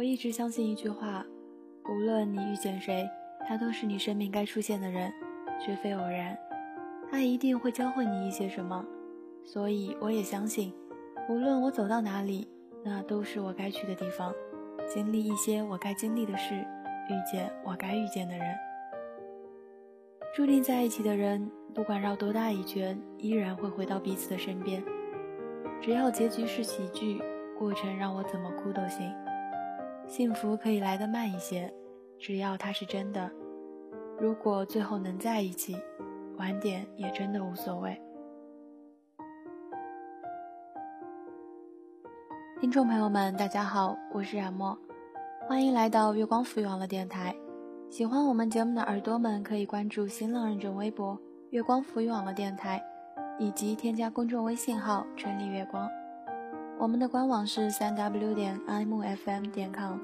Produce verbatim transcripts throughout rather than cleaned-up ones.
我一直相信一句话，无论你遇见谁，他都是你生命该出现的人，绝非偶然。他一定会教会你一些什么，所以我也相信，无论我走到哪里，那都是我该去的地方，经历一些我该经历的事，遇见我该遇见的人。注定在一起的人，不管绕多大一圈，依然会回到彼此的身边。只要结局是喜剧，过程让我怎么哭都行。幸福可以来得慢一些，只要它是真的。如果最后能在一起，晚点也真的无所谓。听众朋友们，大家好，我是冉墨，欢迎来到月光赋予网络电台。喜欢我们节目的耳朵们可以关注新浪认证微博月光赋予网络电台，以及添加公众微信号春丽月光。我们的官网是 三 w 点 i m f m 点 com。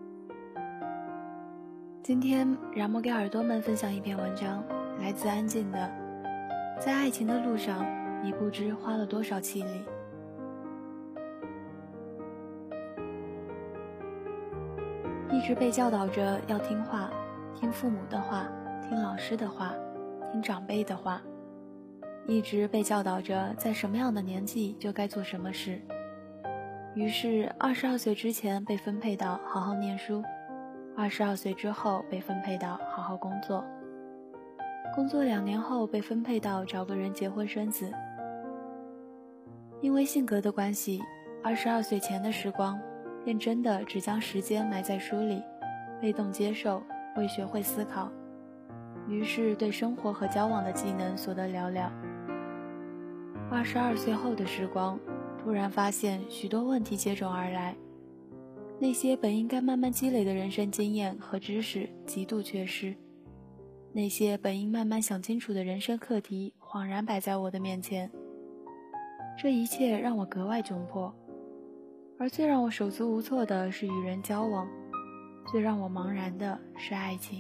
今天冉墨给耳朵们分享一篇文章，来自安静的在爱情的路上，你不知花了多少气力。一直被教导着要听话，听父母的话，听老师的话，听长辈的话，一直被教导着在什么样的年纪就该做什么事。于是二十二岁之前被分配到好好念书，二十二岁之后被分配到好好工作，工作两年后被分配到找个人结婚生子。因为性格的关系，二十二岁前的时光便真的只将时间埋在书里，被动接受，未学会思考，于是对生活和交往的技能所得寥寥。二十二岁后的时光，突然发现许多问题接踵而来，那些本应该慢慢积累的人生经验和知识极度缺失，那些本应慢慢想清楚的人生课题恍然摆在我的面前。这一切让我格外窘迫，而最让我手足无措的是与人交往，最让我茫然的是爱情。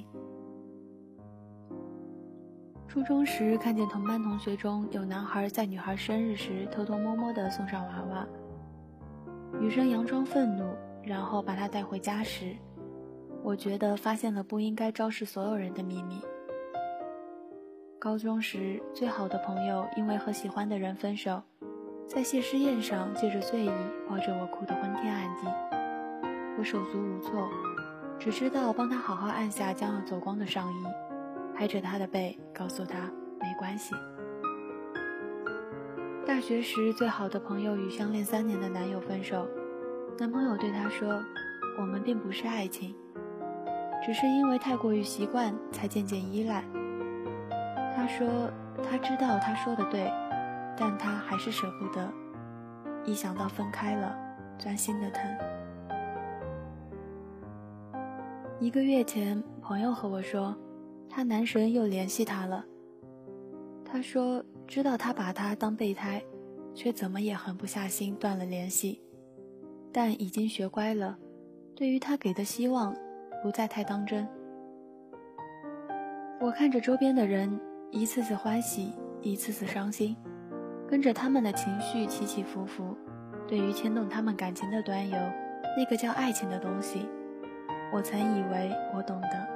初中时看见同班同学中有男孩在女孩生日时偷偷摸摸地送上娃娃，女生佯装愤怒，然后把他带回家时，我觉得发现了不应该昭示所有人的秘密。高中时最好的朋友因为和喜欢的人分手，在谢师宴上借着醉意抱着我哭得昏天暗地，我手足无措，只知道帮他好好按下将要走光的上衣，拍着他的背告诉他没关系。大学时最好的朋友与相恋三年的男友分手，男朋友对她说，我们并不是爱情，只是因为太过于习惯才渐渐依赖。她说她知道他说的对，但她还是舍不得，一想到分开了，钻心的疼。一个月前，朋友和我说，他男神又联系他了。他说知道他把他当备胎，却怎么也狠不下心断了联系，但已经学乖了，对于他给的希望不再太当真。我看着周边的人一次次欢喜，一次次伤心，跟着他们的情绪起起伏伏，对于牵动他们感情的端游，那个叫爱情的东西，我曾以为我懂得。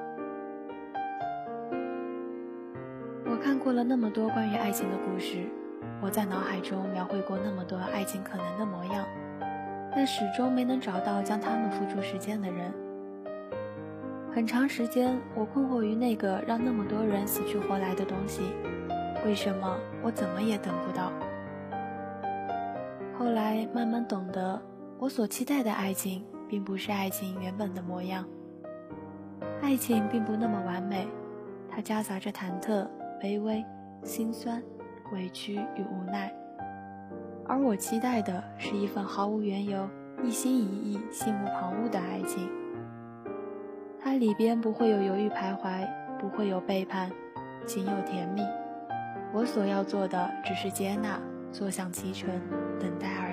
我看过了那么多关于爱情的故事，我在脑海中描绘过那么多爱情可能的模样，但始终没能找到将它们付诸实践的人。很长时间，我困惑于那个让那么多人死去活来的东西，为什么我怎么也等不到？后来慢慢懂得，我所期待的爱情并不是爱情原本的模样。爱情并不那么完美，它夹杂着忐忑、卑微、心酸、委屈与无奈，而我期待的是一份毫无缘由、一心一意、心无旁骛的爱情。它里边不会有犹豫徘徊，不会有背叛，仅有甜蜜。我所要做的只是接纳，坐享其成，等待而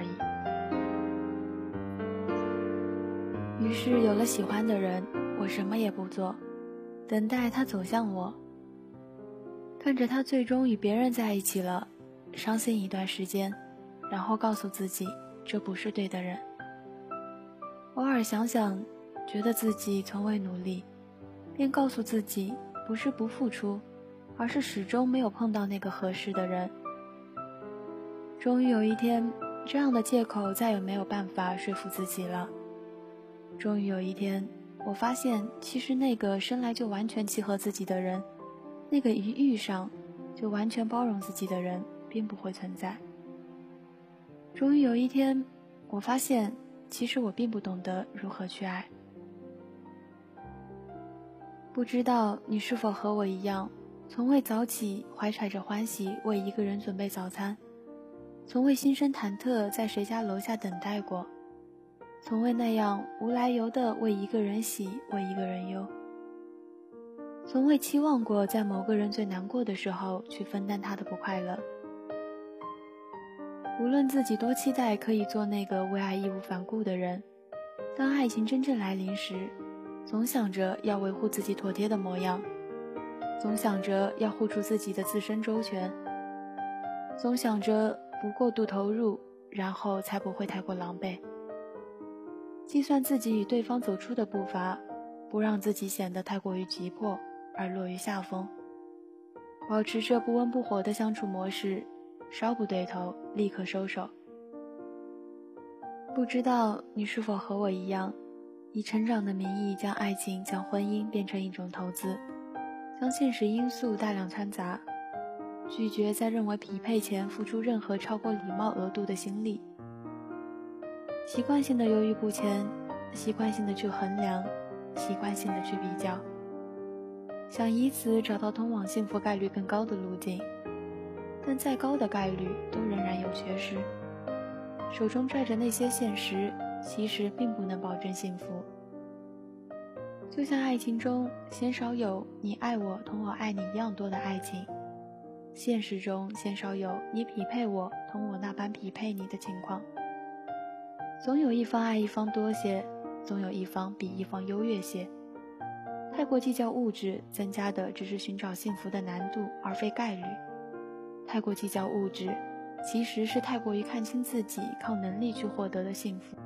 已。于是有了喜欢的人，我什么也不做，等待他走向我，看着他最终与别人在一起了，伤心一段时间，然后告诉自己这不是对的人。偶尔想想， 觉得自己从未努力，便告诉自己不是不付出，而是始终没有碰到那个合适的人。终于有一天，这样的借口再也没有办法说服自己了。终于有一天，我发现其实那个生来就完全契合自己的人，那个一遇上就完全包容自己的人并不会存在。终于有一天，我发现其实我并不懂得如何去爱。不知道你是否和我一样，从未早起怀揣着欢喜为一个人准备早餐，从未心生忐忑在谁家楼下等待过，从未那样无来由地为一个人喜为一个人忧，从未期望过在某个人最难过的时候去分担他的不快乐。无论自己多期待可以做那个为爱义无反顾的人，当爱情真正来临时，总想着要维护自己妥帖的模样，总想着要护住自己的自身周全，总想着不过度投入，然后才不会太过狼狈。计算自己与对方走出的步伐，不让自己显得太过于急迫而落于下风，保持着不温不火的相处模式，稍不对头立刻收手。不知道你是否和我一样，以成长的名义将爱情将婚姻变成一种投资，将现实因素大量掺杂，拒绝在认为匹配前付出任何超过礼貌额度的心力，习惯性的犹豫不前，习惯性的去衡量，习惯性的去比较，想以此找到通往幸福概率更高的路径，但再高的概率都仍然有缺失。手中拽着那些现实，其实并不能保证幸福。就像爱情中鲜少有你爱我同我爱你一样多的爱情，现实中鲜少有你匹配我同我那般匹配你的情况。总有一方爱一方多些，总有一方比一方优越些。太过计较物质，增加的只是寻找幸福的难度，而非概率。太过计较物质，其实是太过于看清自己靠能力去获得的幸福。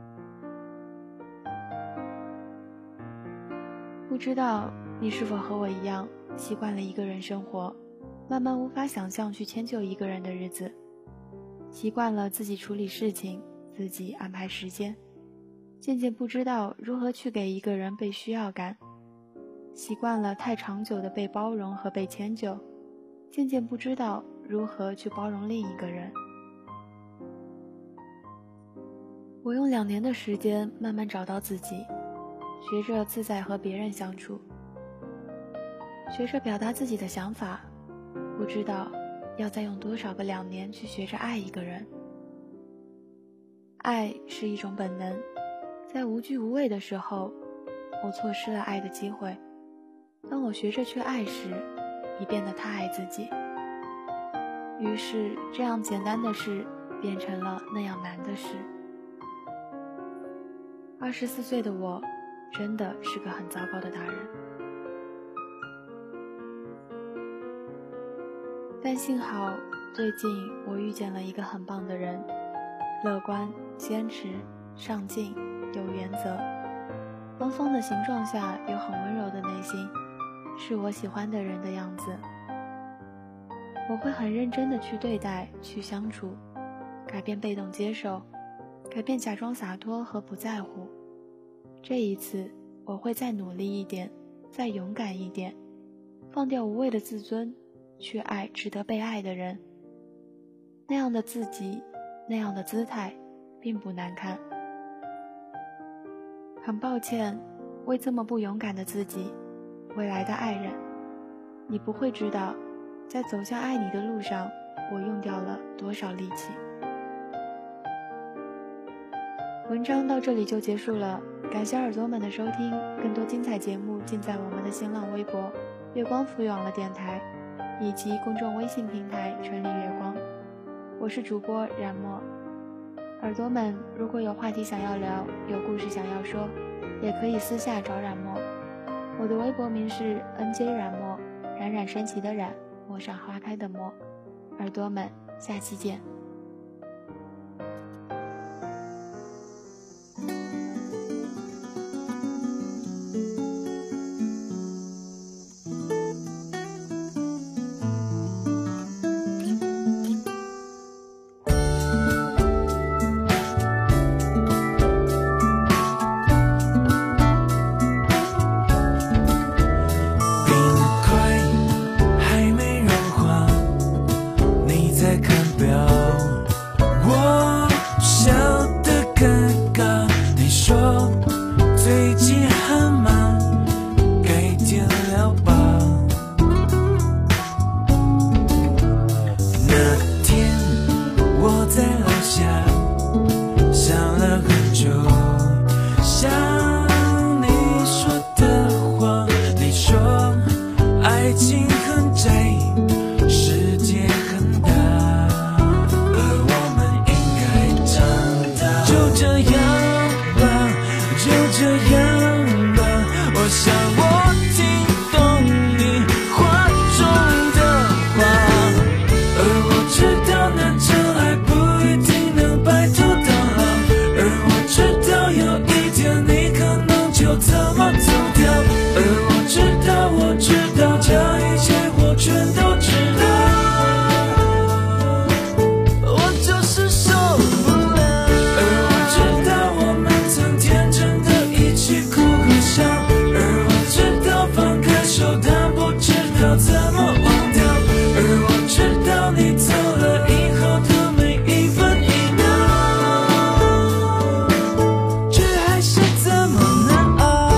不知道你是否和我一样，习惯了一个人生活，慢慢无法想象去迁就一个人的日子，习惯了自己处理事情，自己安排时间，渐渐不知道如何去给一个人被需要感，习惯了太长久的被包容和被迁就，渐渐不知道如何去包容另一个人。我用两年的时间慢慢找到自己，学着自在和别人相处，学着表达自己的想法，不知道要再用多少个两年去学着爱一个人。爱是一种本能，在无惧无畏的时候，我错失了爱的机会。当我学着去爱时，已变得太爱自己。于是，这样简单的事变成了那样难的事。二十四岁的我，真的是个很糟糕的大人。但幸好，最近我遇见了一个很棒的人，乐观、坚持、上进、有原则，方方的形状下有很温柔的内心，是我喜欢的人的样子。我会很认真的去对待，去相处，改变被动接受，改变假装洒脱和不在乎。这一次，我会再努力一点，再勇敢一点，放掉无谓的自尊，去爱值得被爱的人。那样的自己，那样的姿态，并不难看。很抱歉，为这么不勇敢的自己，未来的爱人，你不会知道，在走向爱你的路上，我用掉了多少力气。文章到这里就结束了，感谢耳朵们的收听，更多精彩节目尽在我们的新浪微博月光赋予网络电台以及公众微信平台春丽月光。我是主播冉墨。耳朵们如果有话题想要聊，有故事想要说，也可以私下找冉墨。我的微博名是 N J 冉墨，冉冉升起的冉，陌上花开的陌。耳朵们，下期见。 很窄，世界很大，而我们应该长大。就这样吧，就这样吧，我想我听懂你话中的话，而我知道那真爱不一定能白头到老，而我知道有一天你可能就这么走掉，而我知道我知道这一切我全都知道，我就是受不了。而我知道我们曾天真的一起哭和笑，而我知道放开手但不知道怎么忘掉，而我知道你走了以后的每一分一秒，却还是这么难熬。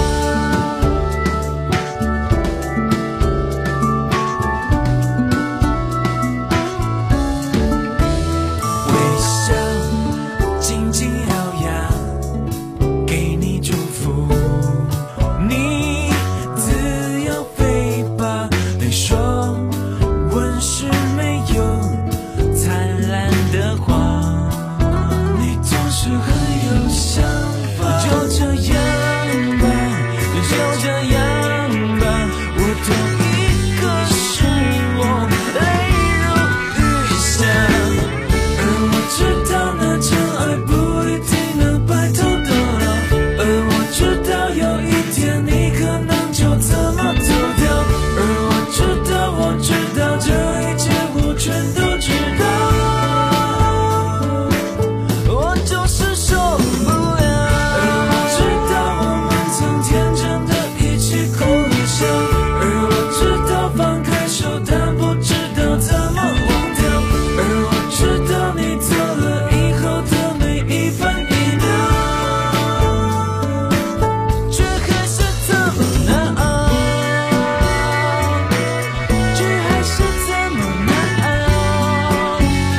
微笑紧紧咬牙，给你祝福，你自由飞吧。你说问世没有灿烂的花，你总是很有想法。就这样吧，就这样吧，我懂一个是我泪如雨下，而我知道那真爱不一定能白头到老，而我知道有一天你可能就这么走掉，而我知道我知道这一切我全都知道，我就是受不了。而我知道我们曾天真的一起哭和笑，而我知道放开手但不知道怎么忘掉，而我知道你走了以后的每一分一秒，却还是这么难熬，却还是这么难熬。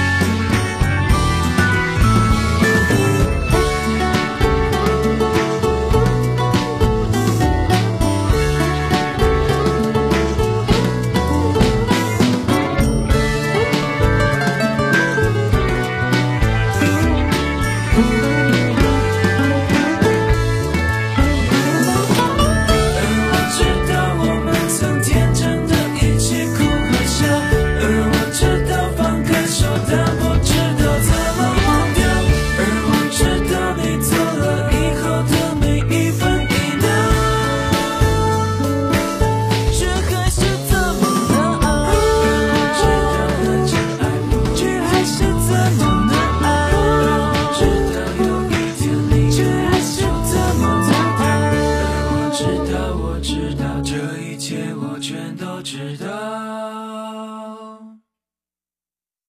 而我知道我们曾天真的一起哭和笑，而我知道放开手但不知道怎么忘掉，而我知道你走了以后的每一分一秒，却还是这么难熬。知道那真爱不，却还是这么难熬。知道有一天你，却还是这么难熬。而我知道，我知道这一切我全都知道。